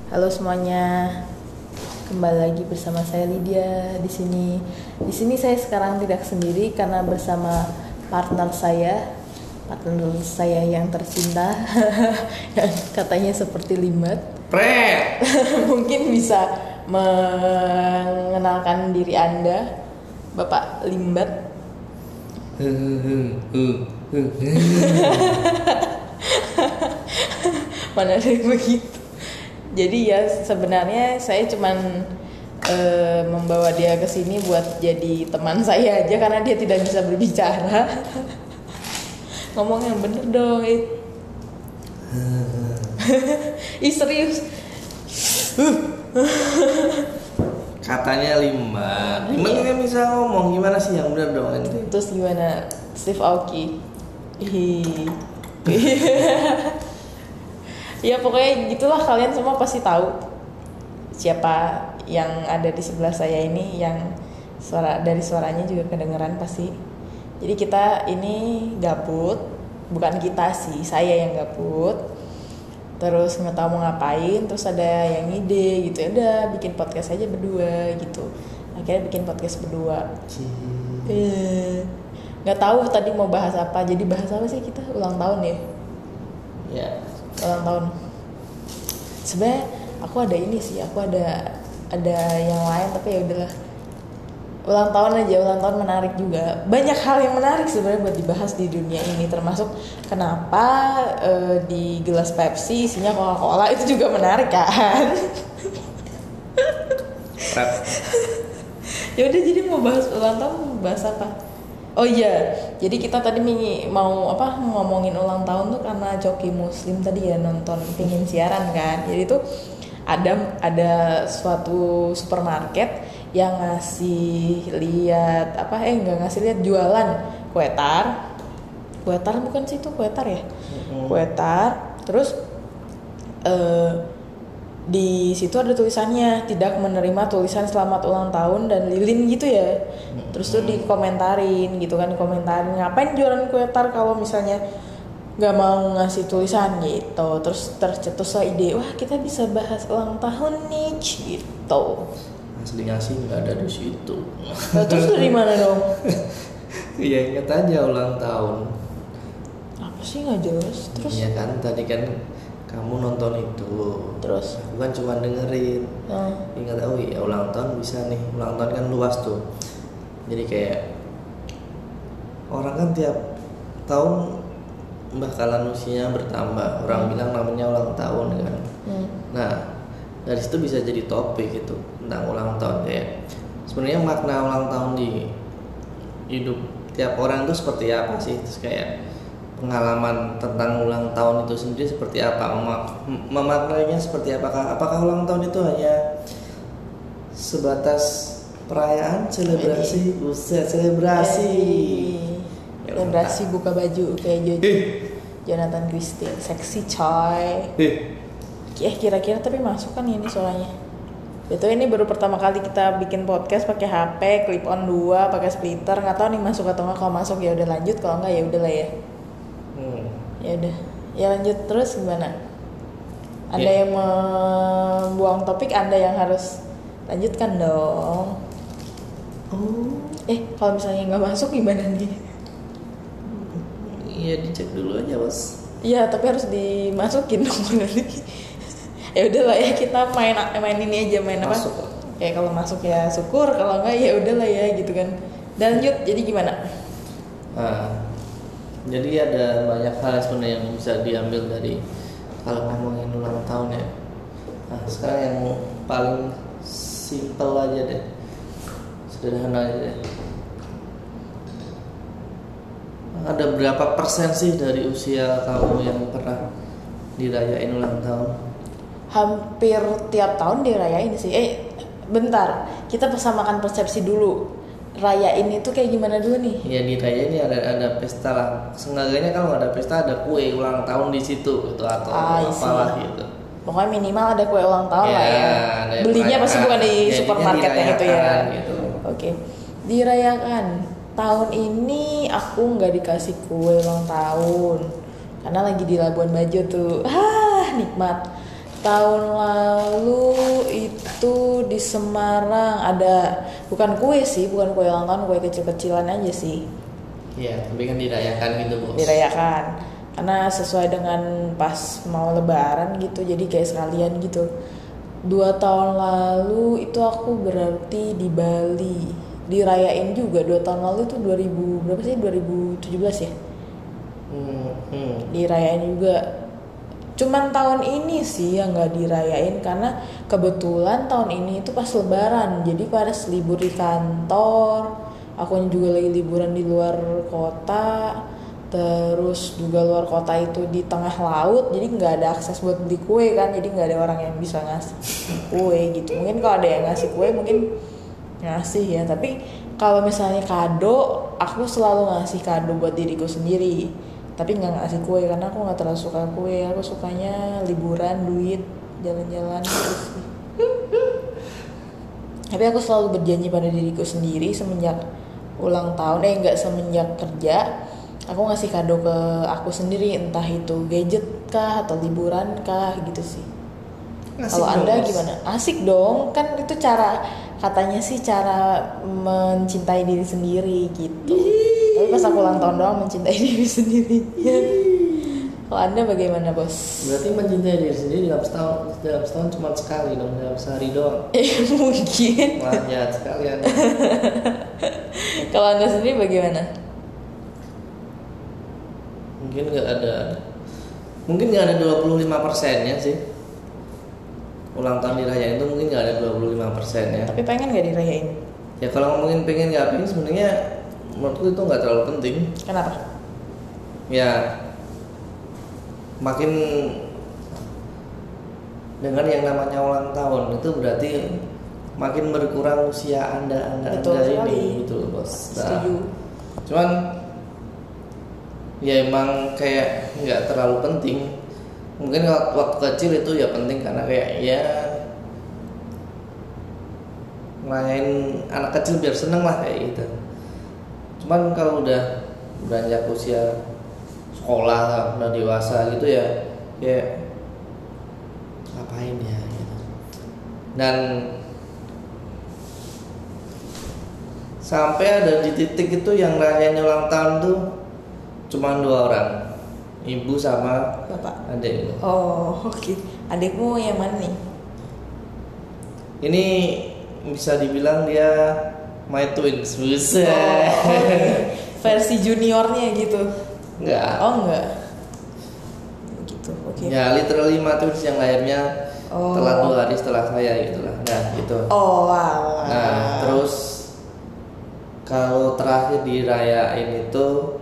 Halo semuanya, kembali lagi bersama saya Lydia di sini. Di sini saya sekarang tidak sendiri karena bersama partner saya yang tercinta, yang katanya seperti Limbat. Mungkin bisa mengenalkan diri Anda, Bapak Limbat. Mana ada yang begitu. Jadi ya sebenarnya saya cuman membawa dia ke sini buat jadi teman saya aja karena dia tidak bisa berbicara. Ngomong yang bener dong. Ih serius. Katanya Limbat kan bisa ngomong, gimana sih yang bener dong nanti? Terus gimana Steve Aoki? Ya pokoknya gitulah, kalian semua pasti tahu siapa yang ada di sebelah saya ini, yang dari suaranya juga kedengeran pasti. Jadi kita ini gabut, bukan kita sih, saya yang gabut. Terus nggak tahu mau ngapain, terus ada yang ide gitu, ya udah bikin podcast aja berdua gitu. Akhirnya bikin podcast berdua. Nggak tahu tadi mau bahas apa, jadi bahas apa sih kita? Ulang tahun ya? Ya. Ulang tahun. Sebenarnya aku ada ini sih, aku ada yang lain tapi ya udahlah. Ulang tahun aja, ulang tahun menarik juga. Banyak hal yang menarik sebenarnya buat dibahas di dunia ini, termasuk kenapa di gelas Pepsi isinya Coca-Cola, itu juga menarik kan. Ya udah, jadi mau bahas ulang tahun, mau bahas apa? Oh iya, jadi kita tadi mau ngomongin ulang tahun tuh karena Coki Muslim tadi ya nonton, pingin siaran kan. Jadi tuh ada suatu supermarket yang ngasih lihat nggak ngasih lihat, jualan kue tar bukan sih itu kue tar ya? Kue tar, terus di situ ada tulisannya tidak menerima tulisan selamat ulang tahun dan lilin gitu ya. Terus tuh dikomentarin gitu kan, ngapain jualan kue tar kalau misalnya nggak mau ngasih tulisan gitu. Terus tercetuslah ide, wah kita bisa bahas ulang tahun nih gitu. Aslinya sih nggak ada di situ. Nah, terus dari mana dong? Iya, ingat aja ulang tahun. Apa sih nggak jelas? Terus? Iya kan, tadi kan kamu nonton itu, terus aku kan cuma dengerin. Ingat, oh iya ulang tahun bisa nih, ulang tahun kan luas tuh. Jadi kayak orang kan tiap tahun bakalan usianya bertambah. Orang bilang namanya ulang tahun kan. Nah dari situ bisa jadi topik gitu tentang ulang tahun, kayak sebenarnya makna ulang tahun di hidup tiap orang itu seperti apa sih. Terus kayak pengalaman tentang ulang tahun itu sendiri seperti apa, memaknainya seperti apakah ulang tahun itu hanya sebatas perayaan, selebrasi buka baju kayak Jonathan Christie, seksi coy. Kira-kira tapi masuk kan ini suaranya. Betul, ini baru pertama kali kita bikin podcast pakai HP clip on 2 pakai splitter, nggak tahu nih masuk atau nggak. Kalau masuk ya udah lanjut, kalau nggak ya udahlah ya. Ya udah, ya lanjut terus gimana? Anda yang membuang topik, Anda yang harus lanjutkan dong. Kalau misalnya nggak masuk gimana nih? Iya, dicek dulu aja bos. Iya, tapi harus dimasukin dong nanti. Ya udahlah ya, kita main ini aja, main masuk. Apa? Ya kalau masuk ya syukur, kalau nggak ya udahlah ya gitu kan. Dan lanjut, jadi gimana? Jadi ada banyak hal sebenarnya yang bisa diambil dari kalau ngomongin ulang tahun ya. Nah sekarang yang paling simple aja deh, sederhana aja deh. Ada berapa persen sih dari usia kamu yang pernah dirayain ulang tahun? Hampir tiap tahun dirayain sih. Bentar, kita samakan persepsi dulu. Rayain itu kayak gimana dulu nih? Ya dirayain ini ada pesta lah. Seenggaknya kalau ada pesta ada kue ulang tahun di situ gitu atau apalah gitu. Pokoknya minimal ada kue ulang tahun lah ya. Belinya pasti bukan di supermarket yang itu ya. Gitu. Oke. Dirayakan. Tahun ini aku nggak dikasih kue ulang tahun karena lagi di Labuan Bajo tuh. Nikmat. Tahun lalu itu di Semarang ada, bukan kue ulang tahun, kue kecil-kecilan aja sih. Iya, tapi kan dirayakan gitu bos. Dirayakan, karena sesuai dengan pas mau lebaran gitu, jadi kayak sekalian gitu. 2 tahun lalu itu aku berarti di Bali, dirayain juga. 2 tahun lalu itu 2000 berapa sih, 2017 ya. Dirayain juga. Cuman tahun ini sih yang nggak dirayain karena kebetulan tahun ini itu pas lebaran, jadi pada libur di kantor, aku juga lagi liburan di luar kota, terus juga luar kota itu di tengah laut, jadi nggak ada akses buat beli kue kan, jadi nggak ada orang yang bisa ngasih kue gitu. Mungkin kalau ada yang ngasih kue mungkin ngasih ya, tapi kalau misalnya kado, aku selalu ngasih kado buat diriku sendiri. Tapi nggak ngasih kue karena aku nggak terlalu suka kue, aku sukanya liburan, duit, jalan-jalan gitu sih. Tapi aku selalu berjanji pada diriku sendiri semenjak ulang tahun, semenjak kerja, aku ngasih kado ke aku sendiri, entah itu gadget kah atau liburan kah gitu sih. Kalau Anda gimana? Asik dong, kan itu katanya sih cara mencintai diri sendiri gitu. Tapi pas aku ulang tahun doang mencintai diri sendiri. Kalau Anda bagaimana bos? Berarti mencintai diri sendiri dalam setahun cuma sekali dong, dalam sehari doang. Mungkin. Wah jahat sekalian. Kalau Anda sendiri bagaimana? Mungkin nggak ada 25%-nya sih. Ulang tahun dirayain itu mungkin nggak ada 25%-nya. Tapi pengen nggak dirayain? Ya kalau ngomongin pengen nggak pengen sebenarnya menurutku itu nggak terlalu penting. Kenapa? Ya makin dengan yang namanya ulang tahun itu berarti makin berkurang usia anda ini gitu loh bos. Setuju. Cuman ya emang kayak nggak terlalu penting. Mungkin waktu kecil itu ya penting karena kayak ya ngerayain anak kecil biar seneng lah kayak gitu. Cuman kalau udah beranjak usia sekolah, udah dewasa gitu ya ngapain ya gitu. Dan sampai ada di titik itu yang rayain ulang tahun tuh cuma 2 orang, ibu sama bapak, adik. Oh oke. Adikmu yang mana nih? Ini bisa dibilang dia my twins, buset. Okay. Versi juniornya gitu? Enggak. Oh enggak. Gitu, oke. Ya literally my twins yang lahirnya telat 2 hari setelah saya gitulah. Nah gitu. Oh wow. Nah terus kalau terakhir dirayain itu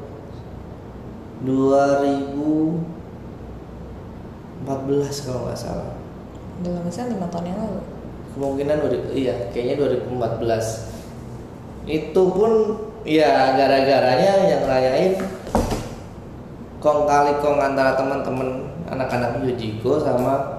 2014 kalau nggak salah. Udah lama sih, 5 tahun yang lalu. Kemungkinan kayaknya 2014. Itu pun ya gara-garanya yang rayain kong kali kong antara teman-teman anak-anak Yojiko sama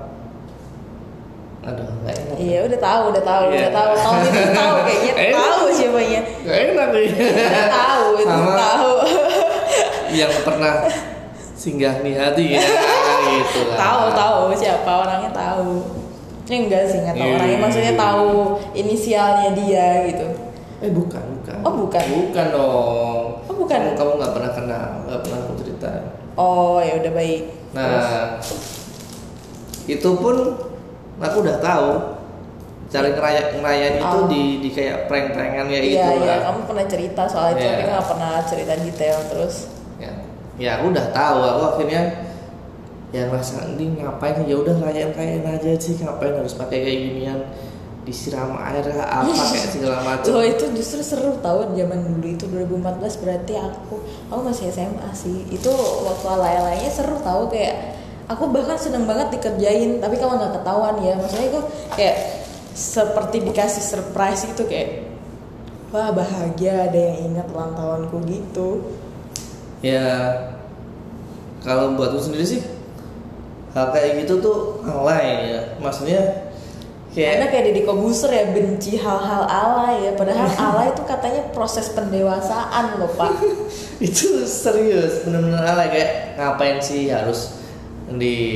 nggak enak. Iya udah tahu tahun itu tahu kayaknya tahu siapanya. Nggak enak nih. Tahu itu sama tahu. Yang pernah singgah di hati ya gitu lah. Tahu siapa orangnya tahu. Enggak sih, nggak tahu orangnya, maksudnya tahu inisialnya dia gitu. Bukan. Oh bukan. Bukan dong. Oh bukan. Kamu nggak pernah kenal, nggak pernah aku cerita. Oh ya udah baik. Nah, itu pun aku udah tahu cara ngerayain itu di kayak prank-prankan ya gitu lah. Iya, kamu pernah cerita soal itu, tapi nggak pernah cerita detail terus. Ya aku udah tahu, aku akhirnya ya merasa ini ngapain, ya udah rayain aja sih, ngapain harus pakai kayak ginian, disiram air apa kayak segala macam. Loh itu justru seru tahu zaman dulu itu 2014, berarti aku masih SMA sih. Itu waktu alay-alaynya seru tahu, kayak aku bahkan seneng banget dikerjain, tapi kalau nggak ketahuan ya, maksudnya itu kayak seperti dikasih surprise gitu, kayak wah bahagia ada yang ingat ulang tahunku gitu. Ya kalau buatku sendiri sih hal kayak gitu tuh alay ya, maksudnya karena kayak Deddy Kobuser ya, benci hal-hal alay ya, padahal alay itu katanya proses pendewasaan loh pak. Itu serius, benar-benar alay, kayak ngapain sih harus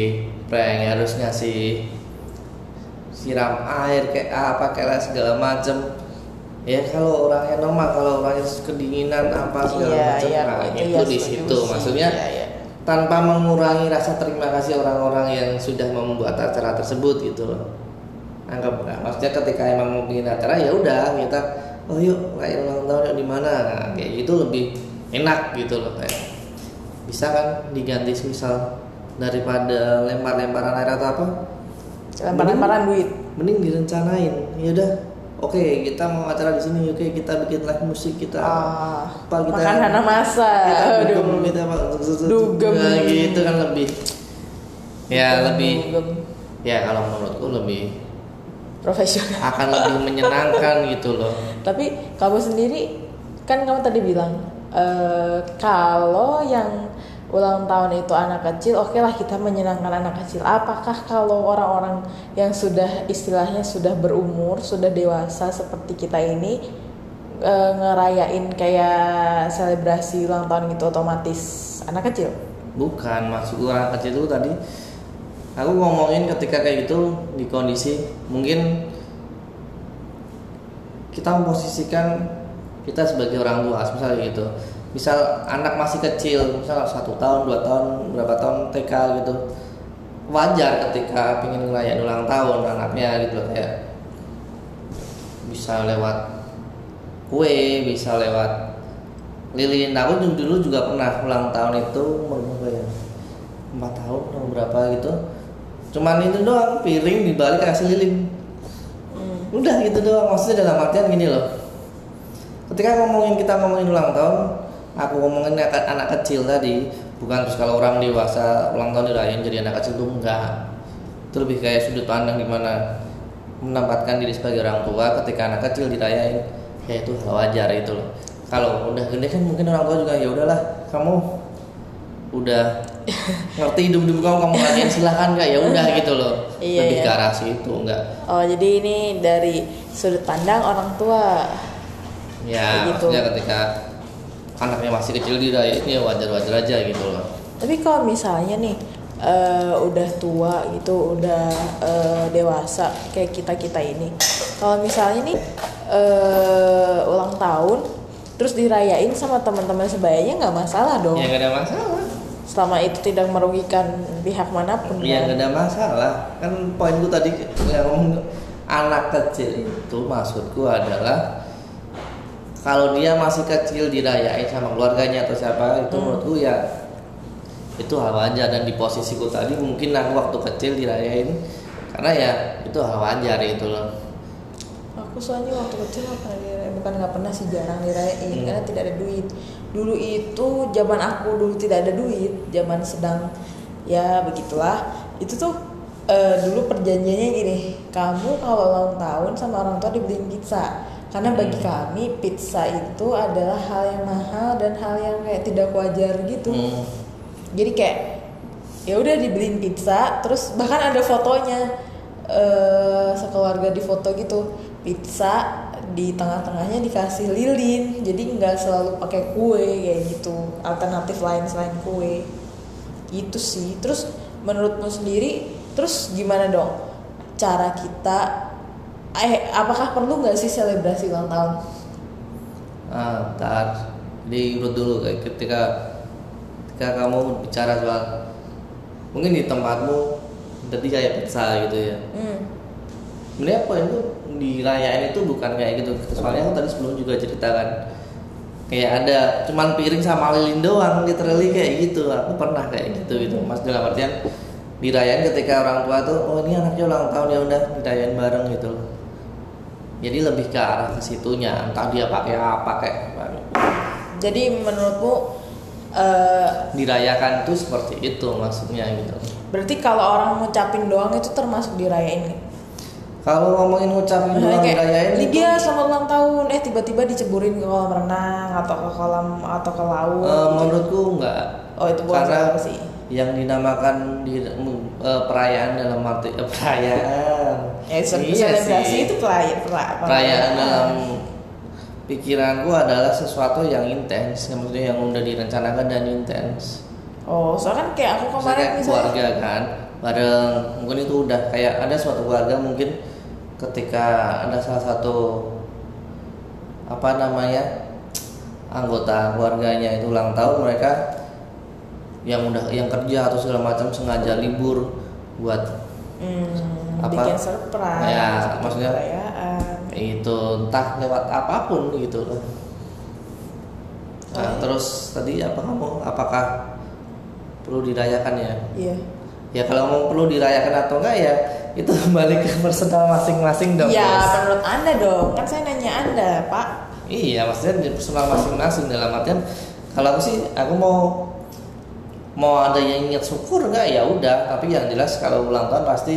prank, harus ngasih siram air kayak apa kayak segala macem. Ya kalau orangnya normal, kalau orangnya kedinginan apa segala macam, nah itu di situ maksudnya tanpa mengurangi rasa terima kasih orang-orang yang sudah membuat acara tersebut gitu loh. Anggap nggak, maksudnya ketika emang mau bikin acara ya udah kita oh yuk rayain ulang tahun yuk di mana, nah, kayak gitu lebih enak gitu loh, kayak bisa kan diganti misal daripada lempar-lemparan air atau apa, lempar-lemparan duit, mending direncanain. Ya udah, oke kita mau acara di sini, oke kita bikin live musik, kita apa kita makan hana masa, kita dugem gitu kan lebih ya lebih ya kalau menurutku lebih profesional, akan lebih menyenangkan gitu loh. Tapi kamu sendiri kan kamu tadi bilang kalau yang ulang tahun itu anak kecil, oke lah kita menyenangkan anak kecil. Apakah kalau orang-orang yang sudah istilahnya sudah berumur, sudah dewasa seperti kita ini ngerayain kayak selebrasi ulang tahun gitu otomatis anak kecil? Bukan, maksud orang kecil itu tadi aku ngomongin ketika kayak gitu di kondisi mungkin kita memposisikan kita sebagai orang tua, misalnya gitu. Misal anak masih kecil, misal 1 tahun, 2 tahun, berapa tahun TK gitu, wajar ketika pengen ngerayain ulang tahun anaknya gitu, kayak bisa lewat kue, bisa lewat lilin. Aku dulu juga pernah ulang tahun itu berapa ya, 4 tahun atau berapa gitu, cuman itu doang, piring dibalik kasih lilin, udah gitu doang. Maksudnya dalam artian gini loh, ketika kita ngomongin ulang tahun, aku ngomongin anak kecil tadi, bukan terus kalau orang dewasa ulang tahun dirayain jadi anak kecil tuh enggak. Itu lebih kayak sudut pandang gimana menempatkan diri sebagai orang tua ketika anak kecil dirayain, ya itu hal wajar itu loh. Kalau udah gede kan mungkin orang tua juga ya udahlah, kamu udah ngerti hidup kamu rayain silahkan kak, ya udah gitu loh. Lebih ke arah situ enggak. Oh jadi ini dari sudut pandang orang tua. Ya gitu. Maksudnya ketika anaknya masih kecil dirayain ya wajar-wajar aja gitu loh. Tapi kalau misalnya nih udah tua gitu, udah dewasa kayak kita ini, kalau misalnya nih ulang tahun terus dirayain sama teman-teman sebayanya nggak masalah dong? Ya nggak ada masalah. Selama itu tidak merugikan pihak manapun. Ya nggak ada masalah. Kan poinku tadi yang ngomong anak kecil itu maksudku adalah kalau dia masih kecil dirayain sama keluarganya atau siapa itu menurutku ya itu hal wajar. Dan di posisiku tadi mungkin aku waktu kecil dirayain karena ya itu hal wajar itu loh. Aku soalnya waktu kecil nggak pernah sih, jarang dirayain karena tidak ada duit. Dulu itu zaman aku dulu tidak ada duit, zaman sedang ya begitulah. Itu tuh dulu perjanjiannya gini, kamu kalau ulang tahun sama orang tua dibeliin pizza. Karena bagi kami pizza itu adalah hal yang mahal dan hal yang kayak tidak wajar gitu. Jadi kayak ya udah dibeliin pizza, terus bahkan ada fotonya sekeluarga di foto gitu, pizza di tengah-tengahnya dikasih lilin, jadi nggak selalu pakai kue kayak gitu, alternatif lain selain kue itu sih. Terus menurutmu sendiri, terus gimana dong cara kita? Apakah perlu nggak sih selebrasi ulang tahun? Ntar diurut dulu kayak ketika kamu bicara soal mungkin di tempatmu tadi kayak pizza gitu ya. Sebenarnya apa itu dirayain itu bukan kayak gitu. Soalnya aku tadi sebelum juga ceritakan kayak ada cuman piring sama lilin doang, literally kayak gitu. Aku pernah kayak gitu Mas, dalam artian dirayain ketika orang tua tuh oh ini anaknya ulang tahun ya udah dirayain bareng gitu. Jadi lebih ke arah ke situnya, entah dia pakai apa kayak apa. Jadi menurutmu dirayakan tuh seperti itu maksudnya gitu. Berarti kalau orang ngucapin doang itu termasuk dirayain? Kalau ngomongin ngucapin doang dirayain Lydia selamat ulang tahun, tiba-tiba diceburin ke kolam renang atau ke kolam atau ke laut. Menurutku enggak. Oh itu bukan karena sih. Yang dinamakan di perayaan dalam arti perayaan. Selebrasi itu perayaan dalam pikiranku adalah sesuatu yang intens, maksudnya yang udah direncanakan dan intens. Oh, soalnya kan kayak aku kemarin misalnya keluarga kan, bareng. Mungkin itu udah kayak ada suatu keluarga mungkin ketika ada salah satu anggota keluarganya itu ulang tahun, mereka yang kerja atau segala macam sengaja libur buat bikin surprise ya, maksudnya perayaan itu entah lewat apapun gitu loh. Nah, terus tadi apakah perlu dirayakan ya? Iya. Ya kalau mau perlu dirayakan atau enggak ya itu kembali ke personal masing-masing dong. Iya, Bos. menurut Anda dong. Kan saya nanya Anda, Pak. Iya, maksudnya di personal masing-masing, dalam artian kalau aku mau ada yang ingat syukur enggak ya udah, tapi yang jelas kalau ulang tahun pasti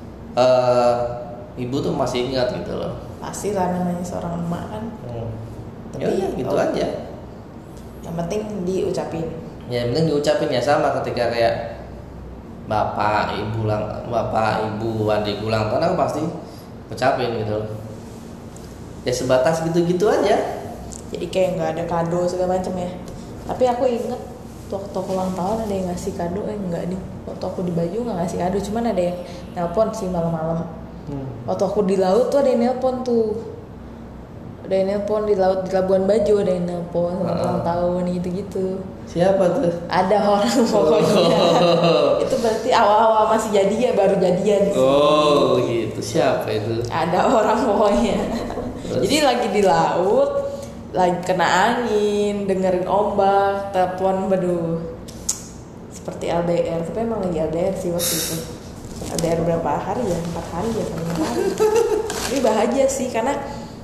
ibu tuh masih ingat gitu loh. Pasti lah, namanya seorang emak kan. Ya udah gitu aja. Yang penting diucapin. Ya yang penting diucapin ya, sama ketika kayak bapak ibu adik ulang tahun aku pasti ucapin gitu loh. Ya sebatas gitu-gitu aja. Jadi kayak nggak ada kado segala macam ya. Tapi aku inget waktu aku ulang tahun ada yang ngasih kado, enggak nih. Waktu aku di Baju nggak ngasih kado, cuman ada yang nelpon sih malam-malam. Waktu aku di laut tuh ada yang nelpon tuh. Ada yang nelpon di laut, di Labuan Bajo ada yang nelpon selamat ulang tahun gitu-gitu. Siapa tuh? Ada orang pokoknya. Itu berarti awal-awal masih jadian, baru jadian sih. Oh gitu, siapa itu? Ada orang pokoknya. Jadi lagi di laut, lagi kena angin, dengerin ombak, telepon, beduh. Seperti LDR, tapi emang lagi LDR sih waktu itu. LDR berapa hari ya? 4 hari ya, 5 hari. Tapi bahagia sih karena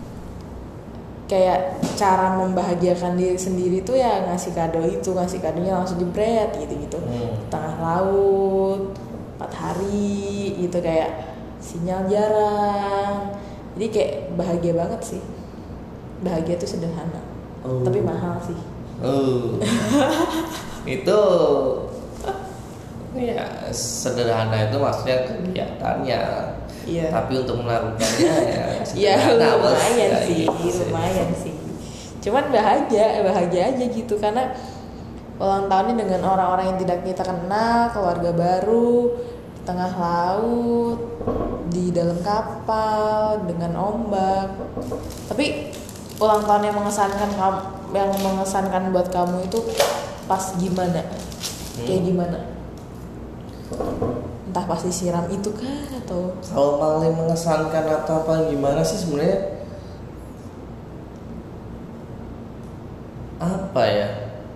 kayak cara membahagiakan diri sendiri tuh ya ngasih kadonya langsung jebret gitu tengah laut 4 hari gitu, kayak sinyal jarang, jadi kayak bahagia banget sih. Bahagia tuh sederhana tapi mahal sih. Itu ya sederhana itu maksudnya kegiatannya. Iya. Tapi untuk melakukannya ya lumayan ya, sih, gitu lumayan sih. Cuman bahagia aja gitu karena ulang tahunnya dengan orang-orang yang tidak kita kenal, keluarga baru, di tengah laut, di dalam kapal dengan ombak. Tapi ulang tahun yang mengesankan buat kamu itu pas gimana? Kayak gimana? Entah pas disiram itu kah atau kalau paling mengesankan atau apa gimana sih sebenarnya, apa ya,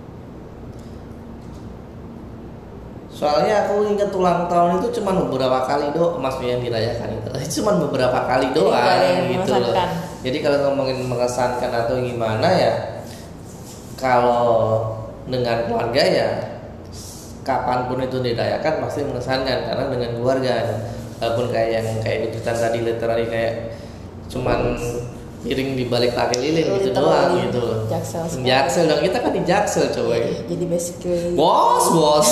soalnya aku ingat ulang tahun itu cuma beberapa kali doang, maksudnya yang dirayakan itu cuma beberapa kali doang gitu loh. Jadi kalau ngomongin mengesankan atau gimana ya, kalau dengan keluarga ya kapanpun itu dirayakan pasti mengesankan karena dengan keluarga. Walaupun kayak kejutan tadi literally kayak cuman piring dibalik pakai lilin gitu doang gitu. Jaksel dong, kita kan di Jaksel coba. Jadi basically bos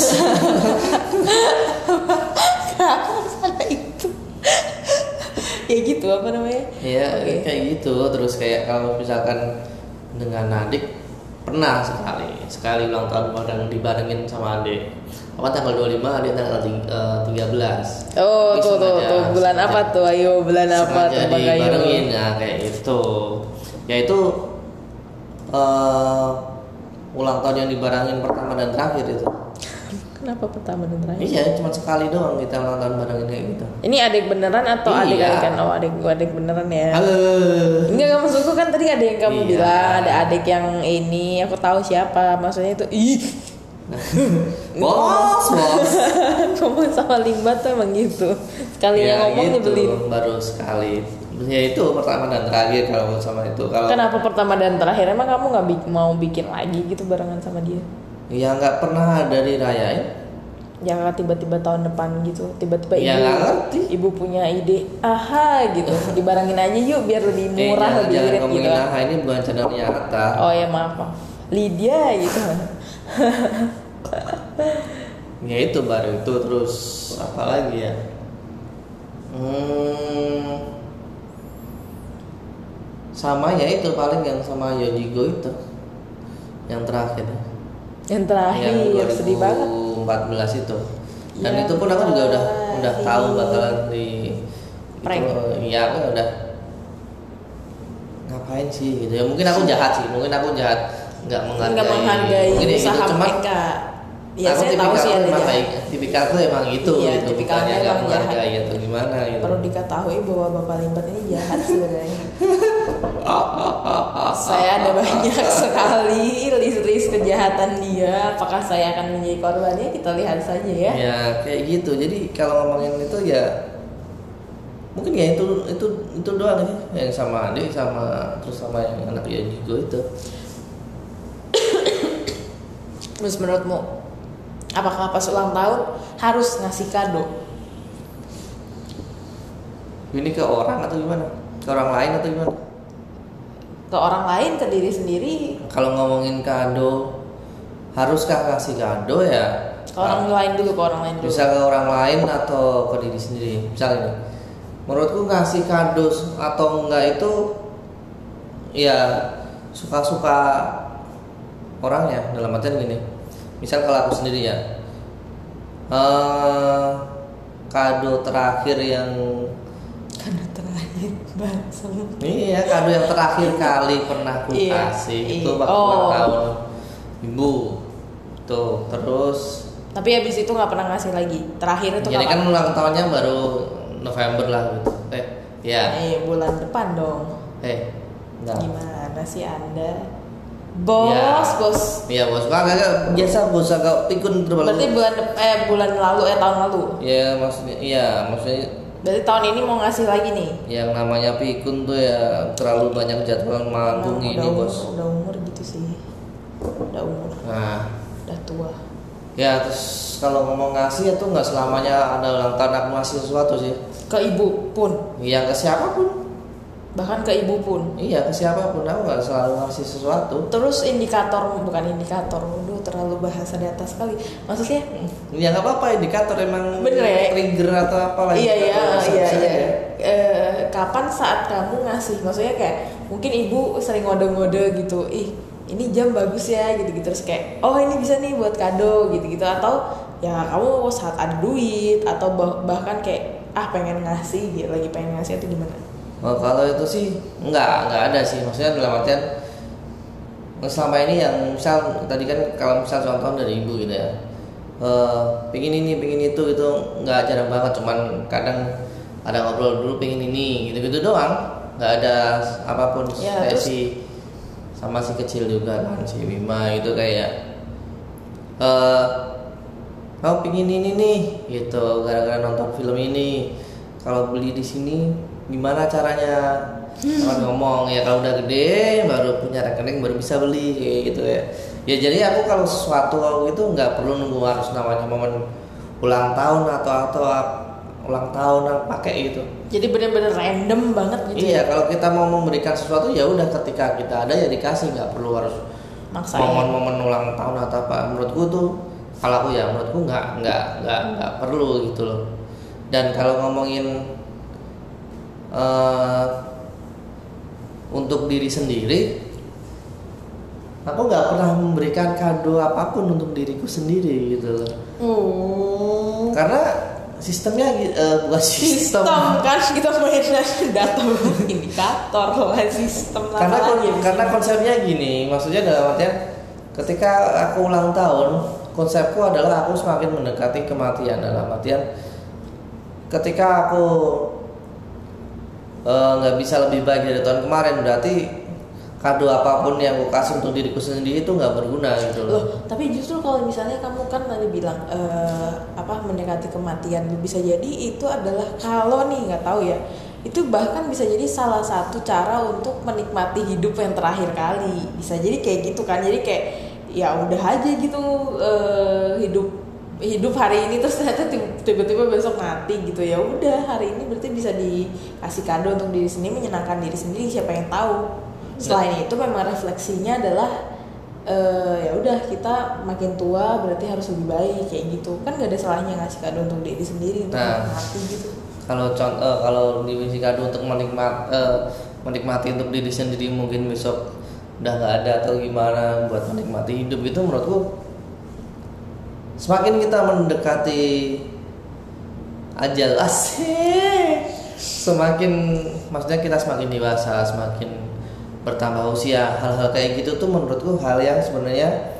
salah itu. Ya gitu apa namanya? Iya kayak gitu. Terus kayak kalau misalkan dengan adik pernah sekali ulang tahun bareng dibarengin sama adik. Apa tanggal 25, adik tanggal 13. Oh, tuh bulan apa tuh? Ayo bulan apa tuh Bang Ayu? Dibarengin ya kayak itu. Ya itu ulang tahun yang dibarengin pertama dan terakhir itu. Kenapa pertama dan terakhir? Iya, cuma sekali doang kita ulang tahun barengin kayak gitu. Ini adik beneran atau adik kan? Oh, adik beneran ya. Halo. Enggak, maksudku kan tadi ada yang kamu bilang, ada adik yang ini, aku tahu siapa. Maksudnya itu bos ngomong sama Limba tuh emang gitu. Sekali yang ngomong gitu, nyebelin. baru sekali. Ya itu pertama dan terakhir kalau sama itu. Kenapa pertama dan terakhir? Emang kamu nggak mau bikin lagi gitu barengan sama dia? Ya nggak pernah ada dirayain. Ya tiba-tiba tahun depan gitu, tiba-tiba ibu punya ide, gitu, dibarengin aja yuk biar lebih murah, lebih irit gitu. Ini bukan channelnya Atta. Oh ya maaf, Lydia gitu. Ya itu baru itu, terus apa lagi ya? Sama ya itu paling yang sama Yojigo itu, yang terakhir. Yang terakhir yang sedih banget. 2014 itu. Dan itu pun aku juga udah tahu bakalan di prank. Iya, aku udah ngapain sih gitu ya. Mungkin aku jahat sih, nggak menghargai usaha gitu. Cuman mereka. Ya aku saya tahu sih ada jahat. Tipikalku emang gitu Iya, gitu. tipikalnya Bukannya nggak emang jahat. menghargai atau gimana gitu. Perlu diketahui bahwa Bapak Limbat ini jahat sebenarnya. Saya ada banyak sekali list kejahatan dia. Apakah saya akan menjadi korbannya? Kita lihat saja ya. Ya kayak gitu. Jadi kalau ngomongin itu ya mungkin ya itu doang sih yang sama adik sama terus sama yang anak ya juga itu. Terus menurutmu, apakah pas ulang tahun harus ngasih kado? Ini ke orang atau gimana? Ke orang lain atau gimana? Ke orang lain, ke diri sendiri? Kalau ngomongin kado, haruskah kasih kado ya? Ke orang lain dulu, ke orang lain dulu. Bisa ke orang lain atau ke diri sendiri. Misalnya, menurutku ngasih kado atau enggak itu ya suka-suka orangnya. Dalam artian gini, misal kalau aku sendiri ya, kado terakhir yang Bangsem. Iya, kado yang terakhir kali pernah ku kasih itu waktu ulang tahun ibu. Tuh, terus. Tapi habis itu nggak pernah ngasih lagi. Terakhir itu jadi kan ulang tahunnya baru November lah gitu. Ya. Bulan depan dong. Enggak. Gimana sih Anda? Bos. Iya, bos. Agak biasa bos agak pikun terlalu. Berarti bulan lalu tahun lalu. Maksudnya berarti tahun ini mau ngasih lagi nih. Yang namanya pikun tuh ya terlalu banyak jadwal manggung ini, bos. Udah umur gitu sih. Udah umur. Nah, udah tua. Ya, terus kalau ngomong ngasih itu nggak selamanya ada ulang tahun aku ngasih sesuatu sih. Ke ibu pun. Iya, ke siapapun. Bahkan ke ibu pun. Iya, ke siapapun aku nggak selalu ngasih sesuatu. Terus bukan indikator, terlalu bahasa di atas kali. Maksudnya? Ya nggak apa-apa, indikator emang bener ya? Trigger atau apa lagi? Iya. Kapan saat kamu ngasih? Maksudnya kayak mungkin ibu sering ngode-ngode gitu. Ini jam bagus ya gitu-gitu, terus kayak ini bisa nih buat kado gitu-gitu, atau ya kamu saat ada duit atau bahkan kayak pengen ngasih gitu, lagi pengen ngasih itu gimana? Kalau itu sih nggak ada sih, maksudnya dalam artian selama ini yang misal tadi kan kalau misal contoh dari ibu gitu ya, pingin ini pingin itu nggak jarang banget, cuman kadang ada ngobrol dulu pingin ini gitu doang, nggak ada apapun ya, sama si kecil juga kan si Bima itu kayak kau pingin ini nih gitu gara-gara nonton film ini, kalau beli di sini gimana caranya? Orang ngomong ya kalau udah gede baru punya rekening baru bisa beli kayak gitu ya. Ya jadi aku kalau sesuatu itu nggak perlu nunggu harus namanya momen ulang tahun atau ulang tahun pakai gitu. Jadi benar-benar random banget gitu. Iya, kalau kita mau memberikan sesuatu ya udah ketika kita ada ya dikasih, nggak perlu harus maksain. Momen-momen ulang tahun atau apa. Menurutku tuh kalau aku ya menurutku nggak perlu gitu loh. Dan kalau ngomongin untuk diri sendiri, aku nggak pernah memberikan kado apapun untuk diriku sendiri gitu loh. Karena sistemnya bukan sistem kan kita main data indikator lah sistem karena konsepnya gini, maksudnya dalam artian ketika aku ulang tahun, konsepku adalah aku semakin mendekati kematian. Dalam artian ketika aku nggak bisa lebih baik dari tahun kemarin, berarti kado apapun yang aku kasih untuk diriku sendiri itu nggak berguna gitu loh. Tapi justru kalau misalnya kamu kan tadi bilang mendekati kematian, bisa jadi itu adalah kalau nih nggak tahu ya, itu bahkan bisa jadi salah satu cara untuk menikmati hidup yang terakhir kali. Bisa jadi kayak gitu kan, jadi kayak ya udah aja gitu hidup hari ini terus ternyata tiba-tiba besok mati gitu, ya udah hari ini berarti bisa dikasih kado untuk diri sendiri, menyenangkan diri sendiri, siapa yang tahu. Selain itu memang refleksinya adalah ya udah kita makin tua berarti harus lebih baik kayak gitu kan, nggak ada salahnya ngasih kado untuk diri sendiri untuk menikmati gitu. Kalau dikasih kado untuk menikmati untuk diri sendiri, mungkin besok udah nggak ada atau gimana buat menikmati hidup, itu menurutku semakin kita mendekati ajal asik, maksudnya kita semakin dewasa, semakin bertambah usia, hal-hal kayak gitu tuh menurutku hal yang sebenarnya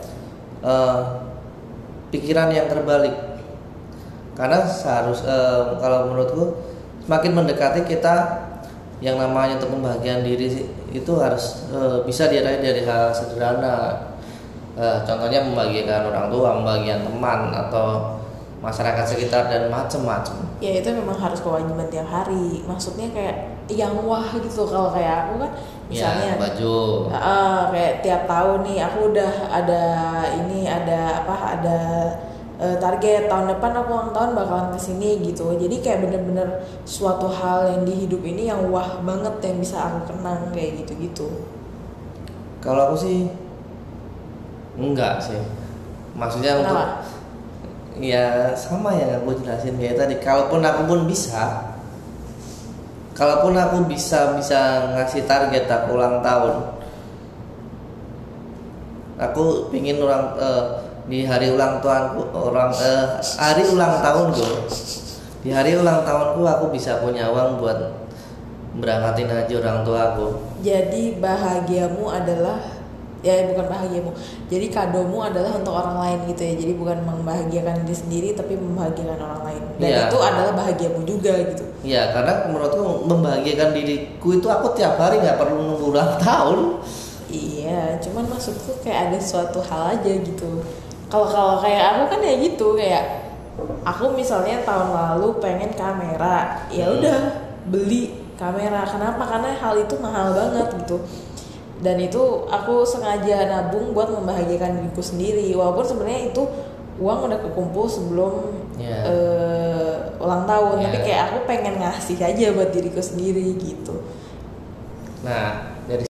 pikiran yang terbalik. Karena kalau menurutku semakin mendekati kita, yang namanya untuk membahagiakan diri itu harus bisa diraih dari hal sederhana. Contohnya membahagiakan orang tua, membahagiakan teman atau masyarakat sekitar dan macam-macam. Ya itu memang harus kewajiban tiap hari. Maksudnya kayak yang wah gitu. Kalau kayak aku kan misalnya ya, baju kayak tiap tahun nih aku udah ada target tahun depan aku ulang tahun bakalan kesini gitu. Jadi kayak bener-bener suatu hal yang di hidup ini yang wah banget yang bisa aku kenang kayak gitu-gitu. Kalau aku sih enggak sih. Maksudnya kenapa? Untuk ya sama yang aku jelasin kayak tadi. Kalaupun aku bisa ngasih target aku ulang tahun, aku pingin di hari ulang tahunku, di hari ulang tahunku aku bisa punya uang buat berangkatin haji orang tuaku. Jadi bahagiamu adalah, ya bukan bahagiamu, jadi kadomu adalah untuk orang lain gitu ya. Jadi bukan membahagiakan diri sendiri tapi membahagiakan orang lain. Dan itu adalah bahagiamu juga gitu. Iya, karena menurutku membahagiakan diriku itu aku tiap hari nggak perlu nunggu ulang tahun. Iya, cuman maksudku kayak ada suatu hal aja gitu. Kalau kayak aku kan ya gitu, kayak aku misalnya tahun lalu pengen kamera, ya udah beli kamera. Kenapa? Karena hal itu mahal banget gitu. Dan itu aku sengaja nabung buat membahagiakan diriku sendiri. Walaupun sebenarnya itu uang udah kekumpul sebelum ulang tahun, tapi kayak aku pengen ngasih aja buat diriku sendiri gitu. Nah, dari